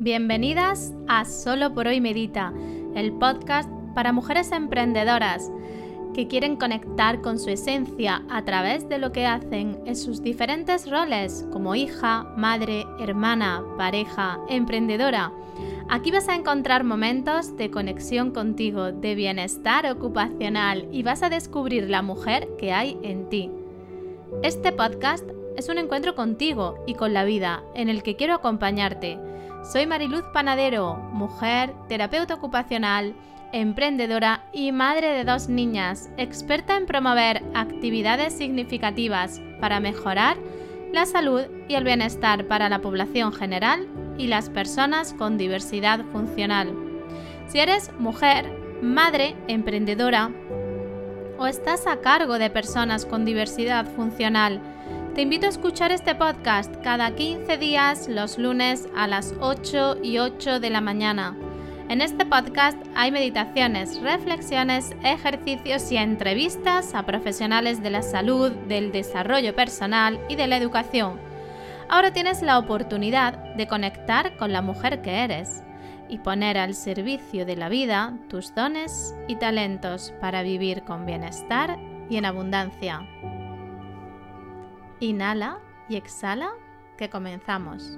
Bienvenidas a Solo por Hoy Medita, el podcast para mujeres emprendedoras que quieren conectar con su esencia a través de lo que hacen en sus diferentes roles como hija, madre, hermana, pareja, emprendedora. Aquí vas a encontrar momentos de conexión contigo, de bienestar ocupacional y vas a descubrir la mujer que hay en ti. Este podcast es un encuentro contigo y con la vida en el que quiero acompañarte. Soy Mariluz Panadero, mujer, terapeuta ocupacional, emprendedora y madre de 2 niñas, experta en promover actividades significativas para mejorar la salud y el bienestar para la población general y las personas con diversidad funcional. Si eres mujer, madre, emprendedora o estás a cargo de personas con diversidad funcional, te invito a escuchar este podcast cada 15 días los lunes a las 8 y 8 de la mañana. En este podcast hay meditaciones, reflexiones, ejercicios y entrevistas a profesionales de la salud, del desarrollo personal y de la educación. Ahora tienes la oportunidad de conectar con la mujer que eres y poner al servicio de la vida tus dones y talentos para vivir con bienestar y en abundancia. Inhala y exhala, que comenzamos.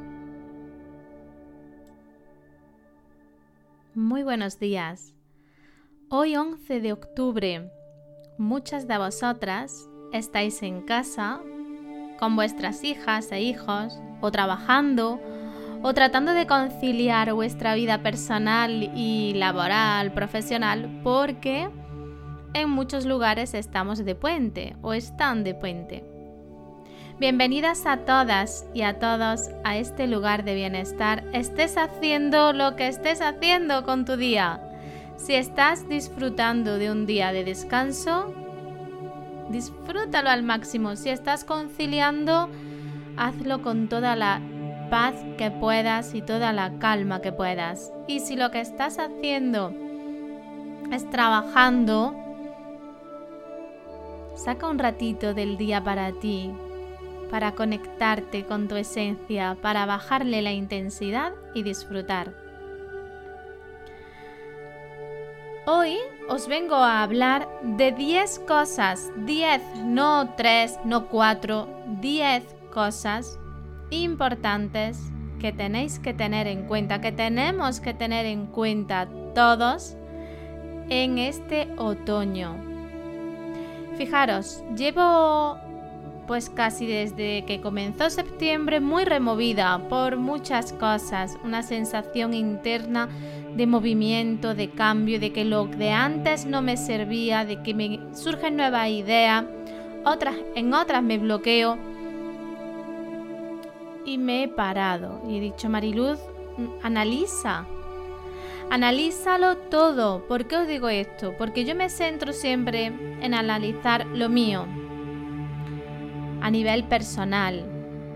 Muy buenos días. Hoy 11 de octubre, muchas de vosotras estáis en casa con vuestras hijas e hijos o trabajando o tratando de conciliar vuestra vida personal y laboral, profesional, porque en muchos lugares estamos de puente o están de puente. Bienvenidas a todas y a todos a este lugar de bienestar, estés haciendo lo que estés haciendo con tu día. Si estás disfrutando de un día de descanso, disfrútalo al máximo. Si estás conciliando, hazlo con toda la paz que puedas y toda la calma que puedas. Y si lo que estás haciendo es trabajando, saca un ratito del día para ti, para conectarte con tu esencia, para bajarle la intensidad y disfrutar. Hoy os vengo a hablar de 10 cosas, 10, no 3, no 4, 10 cosas importantes que tenéis que tener en cuenta, que tenemos que tener en cuenta todos en este otoño. Fijaros, llevo pues casi desde que comenzó septiembre muy removida por muchas cosas, una sensación interna de movimiento, de cambio, de que lo de antes no me servía, de que me surgen nuevas ideas, en otras me bloqueo y me he parado y he dicho: Mariluz, analízalo todo. ¿Por qué os digo esto? Porque yo me centro siempre en analizar lo mío a nivel personal,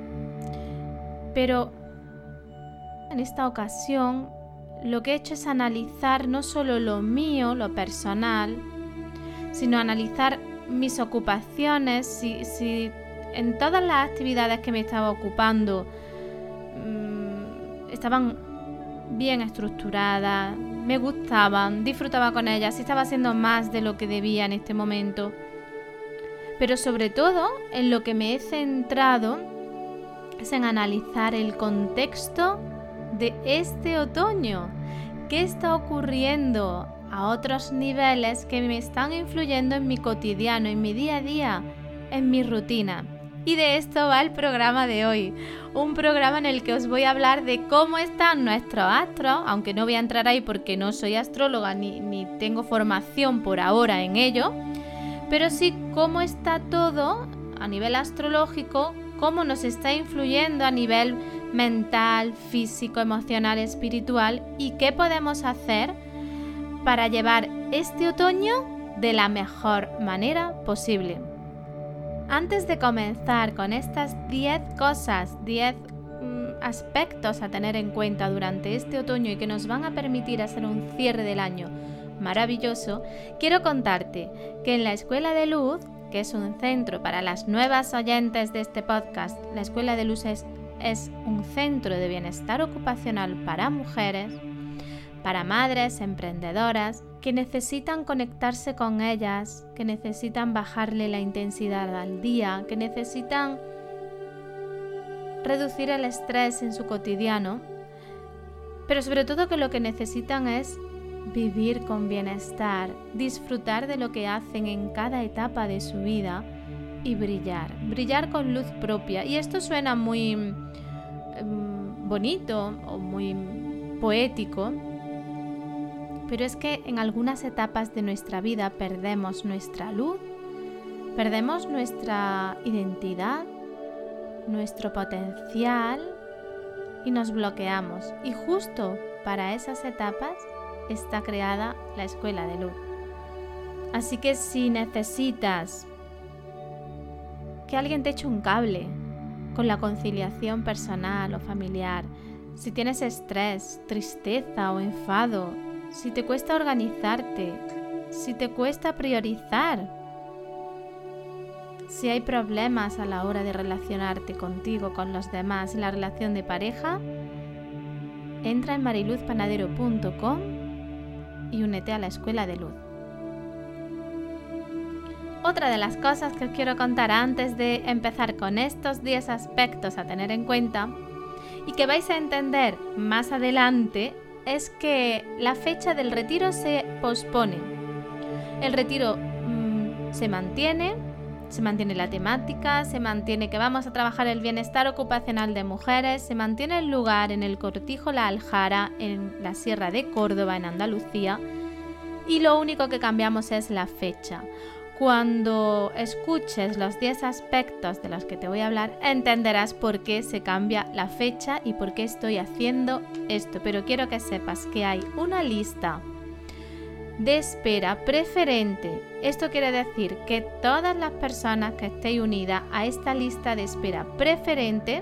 pero en esta ocasión lo que he hecho es analizar no solo lo mío, lo personal, sino analizar mis ocupaciones, si en todas las actividades que me estaba ocupando estaban bien estructuradas, me gustaban, disfrutaba con ellas, si estaba haciendo más de lo que debía en este momento. Pero sobre todo, en lo que me he centrado es en analizar el contexto de este otoño. ¿Qué está ocurriendo a otros niveles que me están influyendo en mi cotidiano, en mi día a día, en mi rutina? Y de esto va el programa de hoy. Un programa en el que os voy a hablar de cómo están nuestros astros, aunque no voy a entrar ahí porque no soy astróloga ni tengo formación por ahora en ello, pero sí cómo está todo a nivel astrológico, cómo nos está influyendo a nivel mental, físico, emocional, espiritual y qué podemos hacer para llevar este otoño de la mejor manera posible. Antes de comenzar con estas 10 cosas, 10 aspectos a tener en cuenta durante este otoño y que nos van a permitir hacer un cierre del año maravilloso, quiero contarte que en la Escuela de Luz, que es un centro para las nuevas oyentes de este podcast, la Escuela de Luz es es un centro de bienestar ocupacional para mujeres, para madres emprendedoras que necesitan conectarse con ellas, que necesitan bajarle la intensidad al día, que necesitan reducir el estrés en su cotidiano, pero sobre todo que lo que necesitan es vivir con bienestar, disfrutar de lo que hacen en cada etapa de su vida y brillar con luz propia. Y esto suena muy bonito o muy poético, pero es que en algunas etapas de nuestra vida perdemos nuestra luz, perdemos nuestra identidad, nuestro potencial y nos bloqueamos. Y justo para esas etapas está creada la Escuela de Luz. Así que si necesitas que alguien te eche un cable con la conciliación personal o familiar, si tienes estrés, tristeza o enfado, si te cuesta organizarte, si te cuesta priorizar, si hay problemas a la hora de relacionarte contigo, con los demás, en la relación de pareja, entra en mariluzpanadero.com y únete a la Escuela de Luz. Otra de las cosas que os quiero contar antes de empezar con estos 10 aspectos a tener en cuenta y que vais a entender más adelante es que la fecha del retiro se pospone. El retiro se mantiene la temática, se mantiene que vamos a trabajar el bienestar ocupacional de mujeres, se mantiene el lugar en el Cortijo La Aljara, en la Sierra de Córdoba, en Andalucía, y lo único que cambiamos es la fecha. Cuando escuches los 10 aspectos de los que te voy a hablar, entenderás por qué se cambia la fecha y por qué estoy haciendo esto. Pero quiero que sepas que hay una lista de espera preferente. Esto quiere decir que todas las personas que estéis unidas a esta lista de espera preferente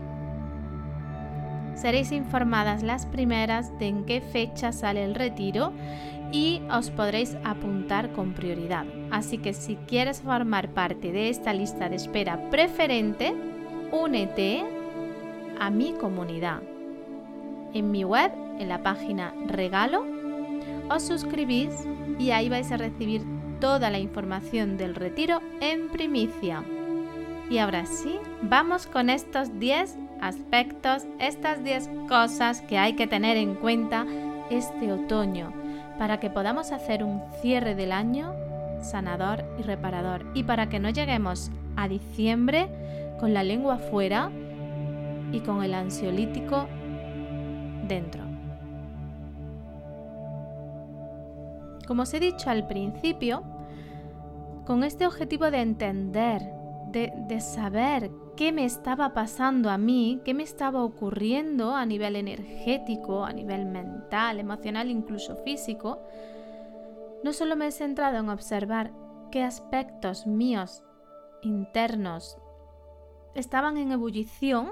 seréis informadas las primeras de en qué fecha sale el retiro y os podréis apuntar con prioridad. Así que si quieres formar parte de esta lista de espera preferente, únete a mi comunidad. En mi web, en la página Regalo, os suscribís y ahí vais a recibir toda la información del retiro en primicia. Y ahora sí, vamos con estos 10 aspectos, estas 10 cosas que hay que tener en cuenta este otoño para que podamos hacer un cierre del año sanador y reparador y para que no lleguemos a diciembre con la lengua fuera y con el ansiolítico dentro. Como os he dicho al principio, con este objetivo de entender, de saber qué me estaba pasando a mí, qué me estaba ocurriendo a nivel energético, a nivel mental, emocional, incluso físico, no solo me he centrado en observar qué aspectos míos internos estaban en ebullición,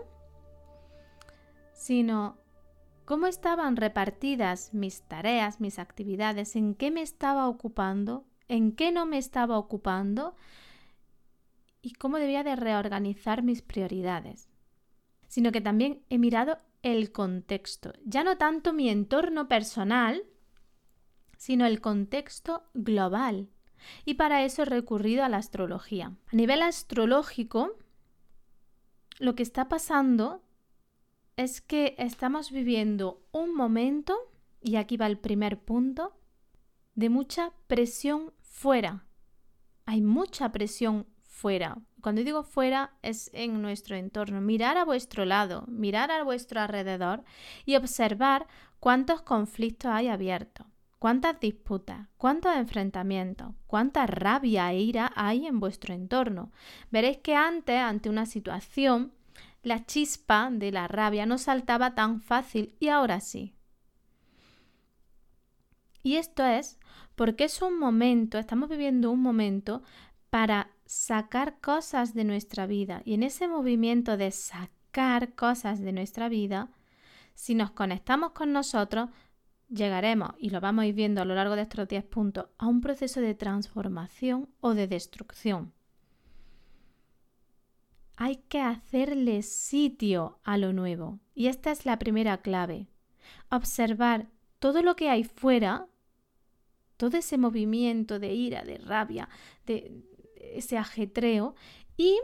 sino cómo estaban repartidas mis tareas, mis actividades, en qué me estaba ocupando, en qué no me estaba ocupando y cómo debía de reorganizar mis prioridades. Sino que también he mirado el contexto, ya no tanto mi entorno personal, sino el contexto global. Y para eso he recurrido a la astrología. A nivel astrológico, lo que está pasando es que estamos viviendo un momento, y aquí va el primer punto, de mucha presión fuera. Hay mucha presión fuera. Cuando digo fuera es en nuestro entorno. Mirar a vuestro lado, mirar a vuestro alrededor y observar cuántos conflictos hay abiertos, cuántas disputas, cuántos enfrentamientos, cuánta rabia e ira hay en vuestro entorno. Veréis que antes, ante una situación, la chispa de la rabia no saltaba tan fácil y ahora sí. Y esto es porque es un momento, estamos viviendo un momento para sacar cosas de nuestra vida. Y en ese movimiento de sacar cosas de nuestra vida, si nos conectamos con nosotros, llegaremos, y lo vamos a ir viendo a lo largo de estos 10 puntos, a un proceso de transformación o de destrucción. hay que hacerle sitio a lo nuevo. Y esta es la primera clave. Observar todo lo que hay fuera, todo ese movimiento de ira, de rabia, de ese ajetreo, y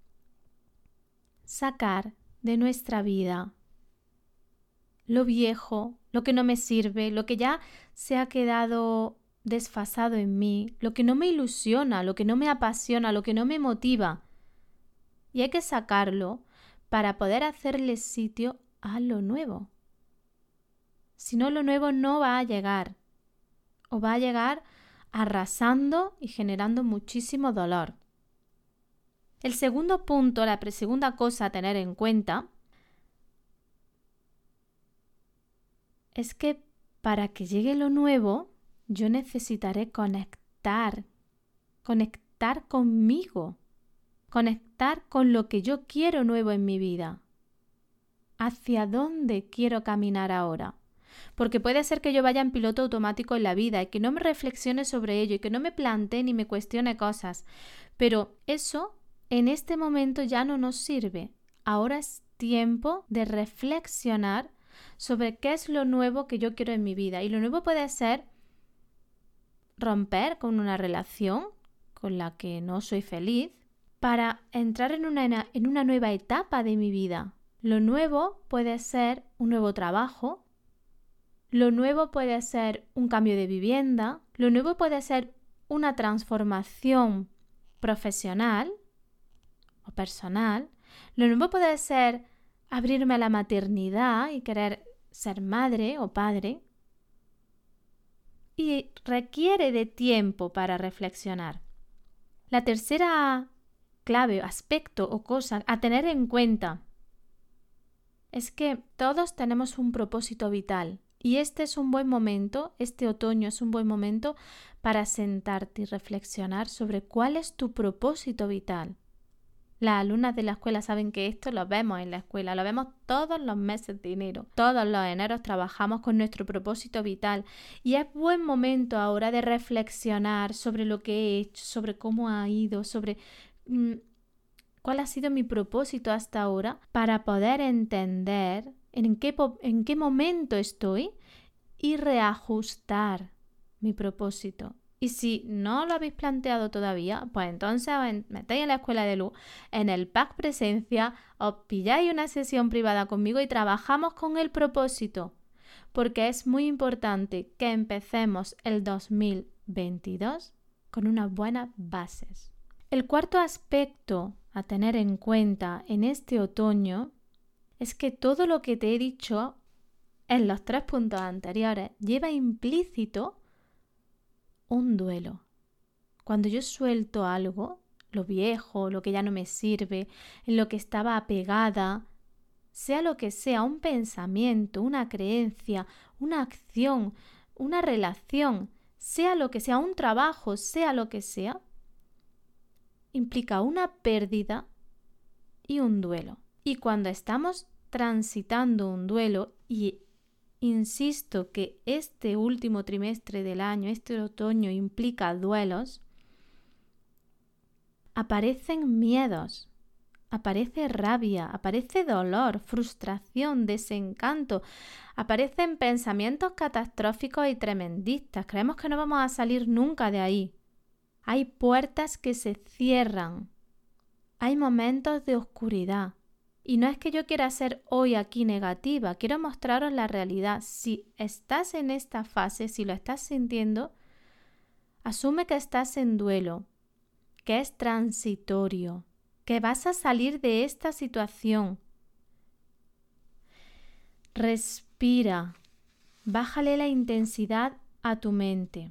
sacar de nuestra vida lo viejo, lo que no me sirve, lo que ya se ha quedado desfasado en mí, lo que no me ilusiona, lo que no me apasiona, lo que no me motiva. Y hay que sacarlo para poder hacerle sitio a lo nuevo. Si no, lo nuevo no va a llegar. O va a llegar arrasando y generando muchísimo dolor. El segundo punto, la segunda cosa a tener en cuenta es que para que llegue lo nuevo, yo necesitaré conectar conmigo, conectar con lo que yo quiero nuevo en mi vida. ¿Hacia dónde quiero caminar ahora? Porque puede ser que yo vaya en piloto automático en la vida y que no me reflexione sobre ello y que no me plantee ni me cuestione cosas. Pero eso en este momento ya no nos sirve. Ahora es tiempo de reflexionar sobre qué es lo nuevo que yo quiero en mi vida. Y lo nuevo puede ser romper con una relación con la que no soy feliz para entrar en una nueva etapa de mi vida. Lo nuevo puede ser un nuevo trabajo, lo nuevo puede ser un cambio de vivienda, lo nuevo puede ser una transformación profesional o personal, lo nuevo puede ser abrirme a la maternidad y querer ser madre o padre. Y requiere de tiempo para reflexionar. La tercera clave, aspecto o cosa a tener en cuenta es que todos tenemos un propósito vital y este es un buen momento, este otoño es un buen momento para sentarte y reflexionar sobre cuál es tu propósito vital. Las alumnas de la escuela saben que esto lo vemos en la escuela, lo vemos todos los meses de enero. Todos los eneros trabajamos con nuestro propósito vital y es buen momento ahora de reflexionar sobre lo que he hecho, sobre cómo ha ido, sobre cuál ha sido mi propósito hasta ahora para poder entender en qué momento estoy y reajustar mi propósito. Y si no lo habéis planteado todavía, pues entonces os metéis en la Escuela de Luz, en el pack presencia, os pilláis una sesión privada conmigo y trabajamos con el propósito, porque es muy importante que empecemos el 2022 con unas buenas bases. El cuarto aspecto a tener en cuenta en este otoño es que todo lo que te he dicho en los 3 puntos anteriores lleva implícito un duelo. Cuando yo suelto algo, lo viejo, lo que ya no me sirve, en lo que estaba apegada, sea lo que sea, un pensamiento, una creencia, una acción, una relación, sea lo que sea, un trabajo, sea lo que sea, implica una pérdida y un duelo. Y cuando estamos transitando un duelo, y insisto que este último trimestre del año, este otoño, implica duelos, aparecen miedos, aparece rabia, aparece dolor, frustración, desencanto, aparecen pensamientos catastróficos y tremendistas. Creemos que no vamos a salir nunca de ahí. Hay puertas que se cierran, hay momentos de oscuridad. Y no es que yo quiera ser hoy aquí negativa, quiero mostraros la realidad. Si estás en esta fase, si lo estás sintiendo, asume que estás en duelo, que es transitorio, que vas a salir de esta situación. Respira, bájale la intensidad a tu mente.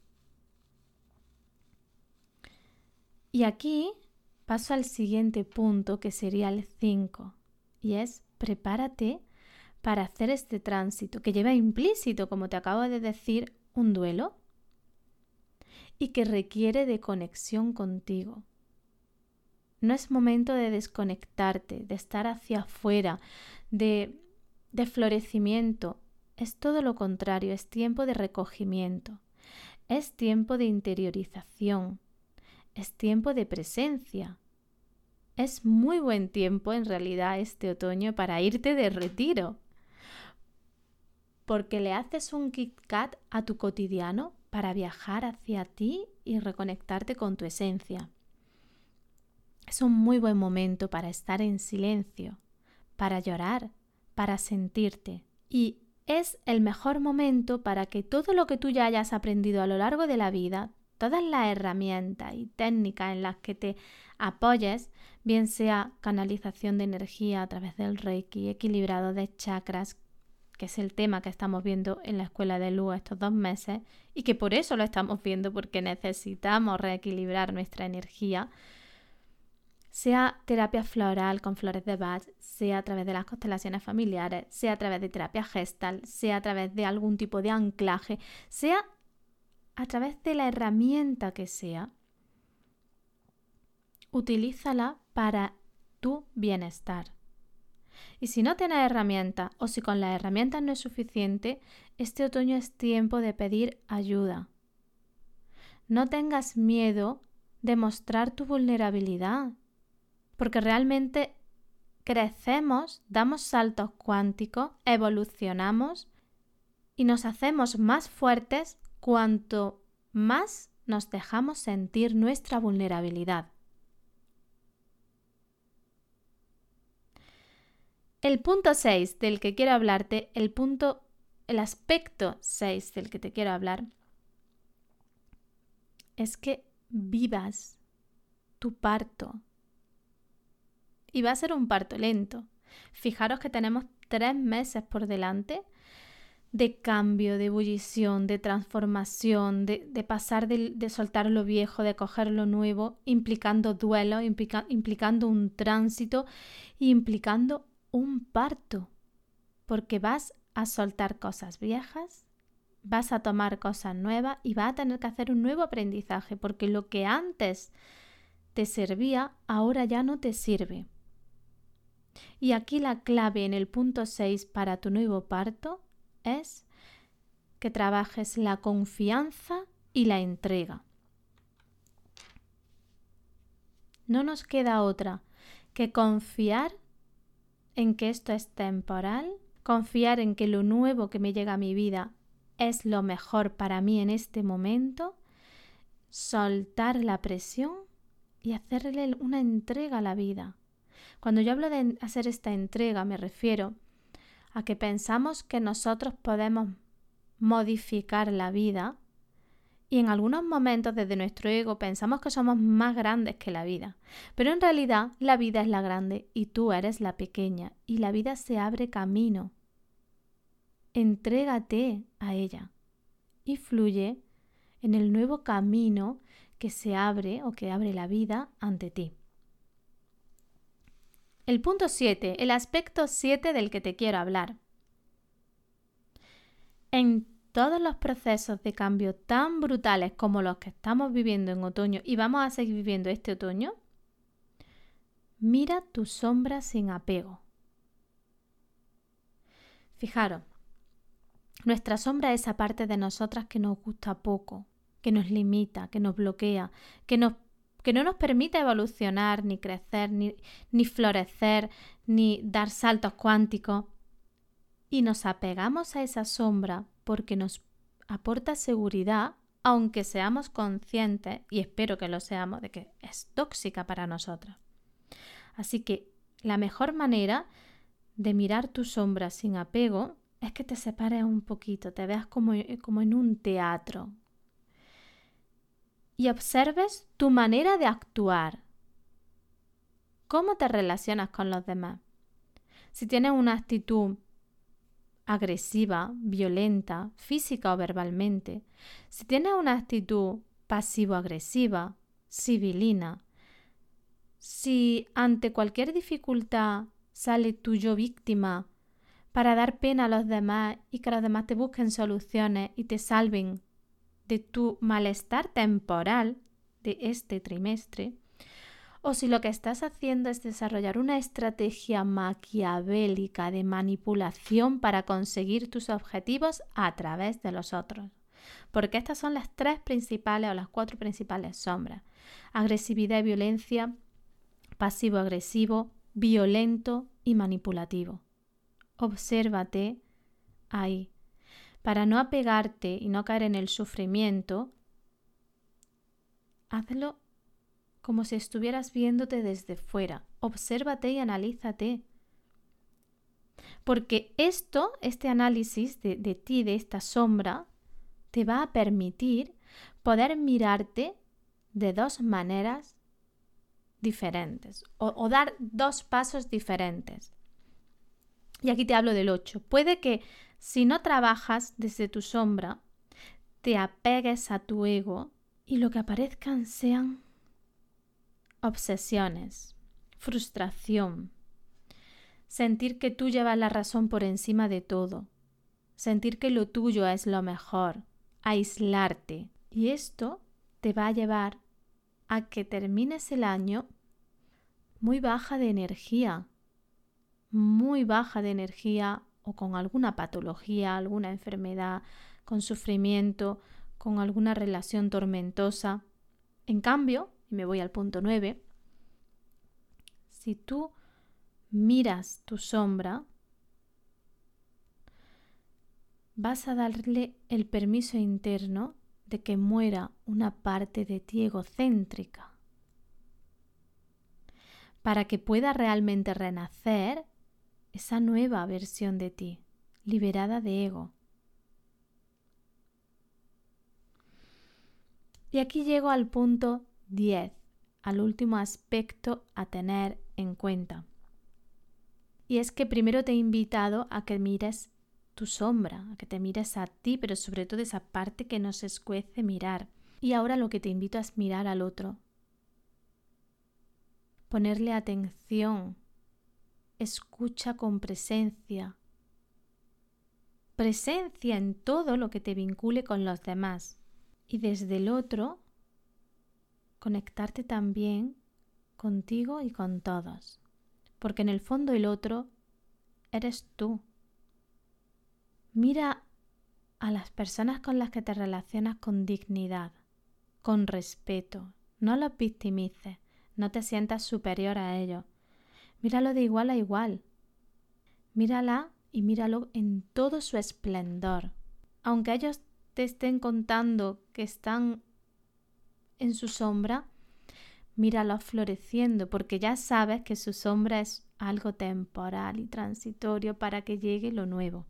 Y aquí paso al siguiente punto, que sería el 5, y es prepárate para hacer este tránsito que lleva implícito, como te acabo de decir, un duelo y que requiere de conexión contigo. No es momento de desconectarte, de estar hacia afuera, de florecimiento. Es todo lo contrario, es tiempo de recogimiento, es tiempo de interiorización. Es tiempo de presencia. es muy buen tiempo en realidad este otoño para irte de retiro, porque le haces un Kit Kat a tu cotidiano para viajar hacia ti y reconectarte con tu esencia. Es un muy buen momento para estar en silencio, para llorar, para sentirte. Y es el mejor momento para que todo lo que tú ya hayas aprendido a lo largo de la vida, todas las herramientas y técnicas en las que te apoyes, bien sea canalización de energía a través del Reiki, equilibrado de chakras, que es el tema que estamos viendo en la Escuela de Luz estos 2 meses y que por eso lo estamos viendo, porque necesitamos reequilibrar nuestra energía, sea terapia floral con flores de Bach, sea a través de las constelaciones familiares, sea a través de terapia gestal, sea a través de algún tipo de anclaje, sea a través de la herramienta que sea, utilízala para tu bienestar. Y si no tienes herramientas o si con las herramientas no es suficiente, este otoño es tiempo de pedir ayuda. No tengas miedo de mostrar tu vulnerabilidad, porque realmente crecemos, damos saltos cuánticos, evolucionamos y nos hacemos más fuertes cuanto más nos dejamos sentir nuestra vulnerabilidad. El punto 6 del que quiero hablarte, el aspecto 6 del que te quiero hablar, es que vivas tu parto. Y va a ser un parto lento. Fijaros que tenemos 3 meses por delante de cambio, de ebullición, de transformación, de pasar de soltar lo viejo, de coger lo nuevo, implicando duelo, implicando un tránsito y implicando un parto, porque vas a soltar cosas viejas, vas a tomar cosas nuevas y vas a tener que hacer un nuevo aprendizaje, porque lo que antes te servía, ahora ya no te sirve. Y aquí la clave en el punto 6 para tu nuevo parto es que trabajes la confianza y la entrega. No nos queda otra que confiar en que esto es temporal, confiar en que lo nuevo que me llega a mi vida es lo mejor para mí en este momento, soltar la presión y hacerle una entrega a la vida. Cuando yo hablo de hacer esta entrega me refiero a que pensamos que nosotros podemos modificar la vida y en algunos momentos desde nuestro ego pensamos que somos más grandes que la vida, pero en realidad la vida es la grande y tú eres la pequeña y la vida se abre camino. Entrégate a ella y fluye en el nuevo camino que se abre o que abre la vida ante ti. El punto 7, el aspecto 7 del que te quiero hablar. En todos los procesos de cambio tan brutales como los que estamos viviendo en otoño y vamos a seguir viviendo este otoño, mira tu sombra sin apego. Fijaros, nuestra sombra es esa parte de nosotras que nos gusta poco, que nos limita, que nos bloquea, que no nos permite evolucionar, ni crecer, ni florecer, ni dar saltos cuánticos. Y nos apegamos a esa sombra porque nos aporta seguridad, aunque seamos conscientes, y espero que lo seamos, de que es tóxica para nosotras. Así que la mejor manera de mirar tu sombra sin apego es que te separes un poquito, te veas como en un teatro y observes tu manera de actuar. ¿Cómo te relacionas con los demás? Si tienes una actitud agresiva, violenta, física o verbalmente, si tienes una actitud pasivo-agresiva, civilina, si ante cualquier dificultad sale tu yo víctima para dar pena a los demás y que los demás te busquen soluciones y te salven de tu malestar temporal de este trimestre, o si lo que estás haciendo es desarrollar una estrategia maquiavélica de manipulación para conseguir tus objetivos a través de los otros. Porque estas son las 3 principales o las 4 principales sombras. Agresividad y violencia pasivo-agresivo, violento y manipulativo. Obsérvate ahí. Para no apegarte y no caer en el sufrimiento, hazlo como si estuvieras viéndote desde fuera. Obsérvate y analízate. Porque este análisis de ti, de esta sombra, te va a permitir poder mirarte de dos maneras diferentes o dar dos pasos diferentes. Y aquí te hablo del 8. Puede que si no trabajas desde tu sombra, te apegues a tu ego y lo que aparezcan sean obsesiones, frustración, sentir que tú llevas la razón por encima de todo, sentir que lo tuyo es lo mejor, aislarte. Y esto te va a llevar a que termines el año muy baja de energía o con alguna patología, alguna enfermedad, con sufrimiento, con alguna relación tormentosa. En cambio, y me voy al punto 9, si tú miras tu sombra, vas a darle el permiso interno de que muera una parte de ti egocéntrica, para que pueda realmente renacer esa nueva versión de ti, liberada de ego. Y aquí llego al punto 10, al último aspecto a tener en cuenta. Y es que primero te he invitado a que mires tu sombra, a que te mires a ti, pero sobre todo esa parte que nos escuece mirar. Y ahora lo que te invito es mirar al otro. Ponerle atención, escucha con presencia. Presencia en todo lo que te vincule con los demás. Y desde el otro, conectarte también contigo y con todos. Porque en el fondo el otro eres tú. Mira a las personas con las que te relacionas con dignidad, con respeto. No los victimices, no te sientas superior a ellos. Míralo de igual a igual. Mírala y míralo en todo su esplendor. Aunque ellos te estén contando que están en su sombra, míralo floreciendo, porque ya sabes que su sombra es algo temporal y transitorio para que llegue lo nuevo.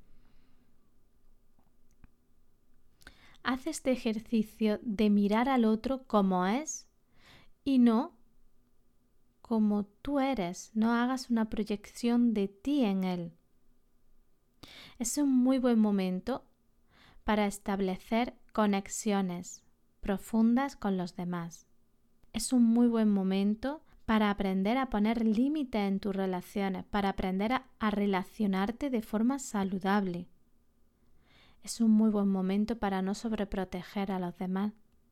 Haz este ejercicio de mirar al otro como es y no como tú eres. No hagas una proyección de ti en él. Es un muy buen momento para establecer conexiones profundas con los demás. Es un muy buen momento para aprender a poner límite en tus relaciones, para aprender a relacionarte de forma saludable. Es un muy buen momento para no sobreproteger a los demás.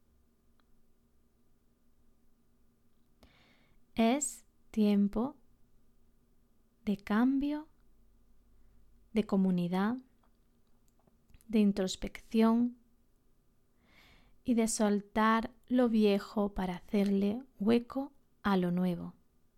Es tiempo de cambio, de comunidad, de introspección y de soltar lo viejo para hacerle hueco a lo nuevo.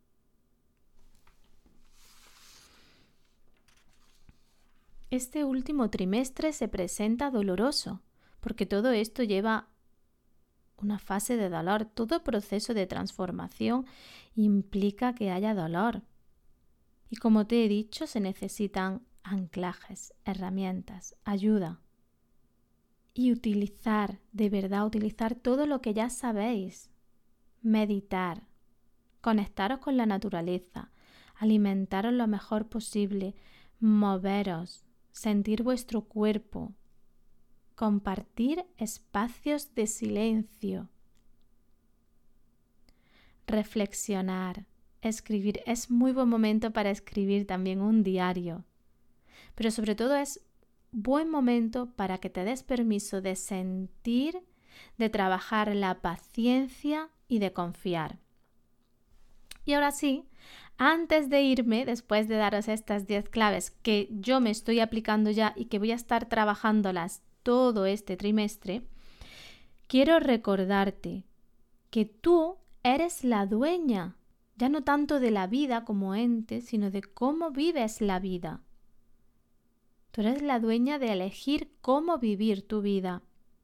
Este último trimestre se presenta doloroso, porque todo esto lleva una fase de dolor. Todo proceso de transformación implica que haya dolor. Y como te he dicho, se necesitan anclajes, herramientas, ayuda. Y utilizar todo lo que ya sabéis. Meditar, conectaros con la naturaleza, alimentaros lo mejor posible, moveros, sentir vuestro cuerpo, compartir espacios de silencio, reflexionar, escribir. Es muy buen momento para escribir también un diario, pero sobre todo es buen momento para que te des permiso de sentir, de trabajar la paciencia y de confiar. Y ahora sí, antes de irme, después de daros estas 10 claves que yo me estoy aplicando ya y que voy a estar trabajándolas todo este trimestre, quiero recordarte que tú eres la dueña Ya no tanto de la vida como ente, sino de cómo vives la vida. Tú eres la dueña de elegir cómo vivir tu vida.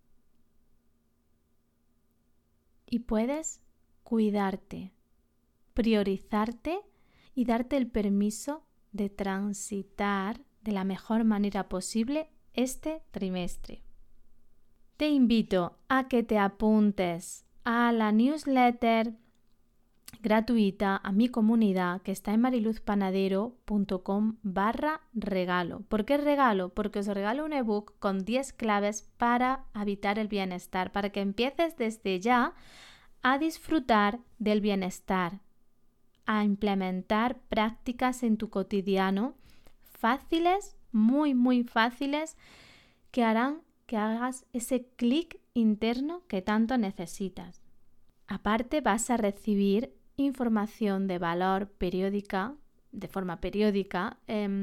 Y puedes cuidarte, priorizarte y darte el permiso de transitar de la mejor manera posible este trimestre. Te invito a que te apuntes a la newsletter gratuita a mi comunidad que está en mariluzpanadero.com/regalo. ¿Por qué regalo? Porque os regalo un ebook con 10 claves para habitar el bienestar, para que empieces desde ya a disfrutar del bienestar, a implementar prácticas en tu cotidiano fáciles, muy fáciles, que harán que hagas ese clic interno que tanto necesitas. Aparte, vas a recibir información de valor de forma periódica,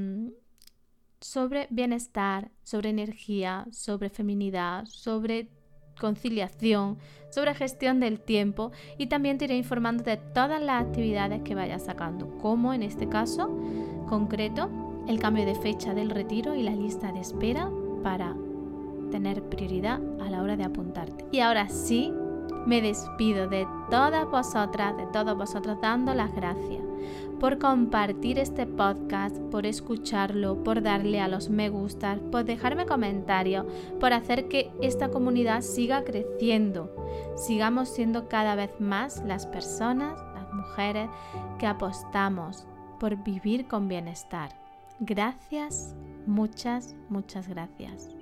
sobre bienestar, sobre energía, sobre feminidad, sobre conciliación, sobre gestión del tiempo, y también te iré informando de todas las actividades que vayas sacando, como en este caso concreto el cambio de fecha del retiro y la lista de espera para tener prioridad a la hora de apuntarte. Y ahora sí, me despido de todas vosotras, de todos vosotros, dando las gracias por compartir este podcast, por escucharlo, por darle a los me gusta, por dejarme comentarios, por hacer que esta comunidad siga creciendo, sigamos siendo cada vez más las personas, las mujeres que apostamos por vivir con bienestar. Gracias, muchas gracias.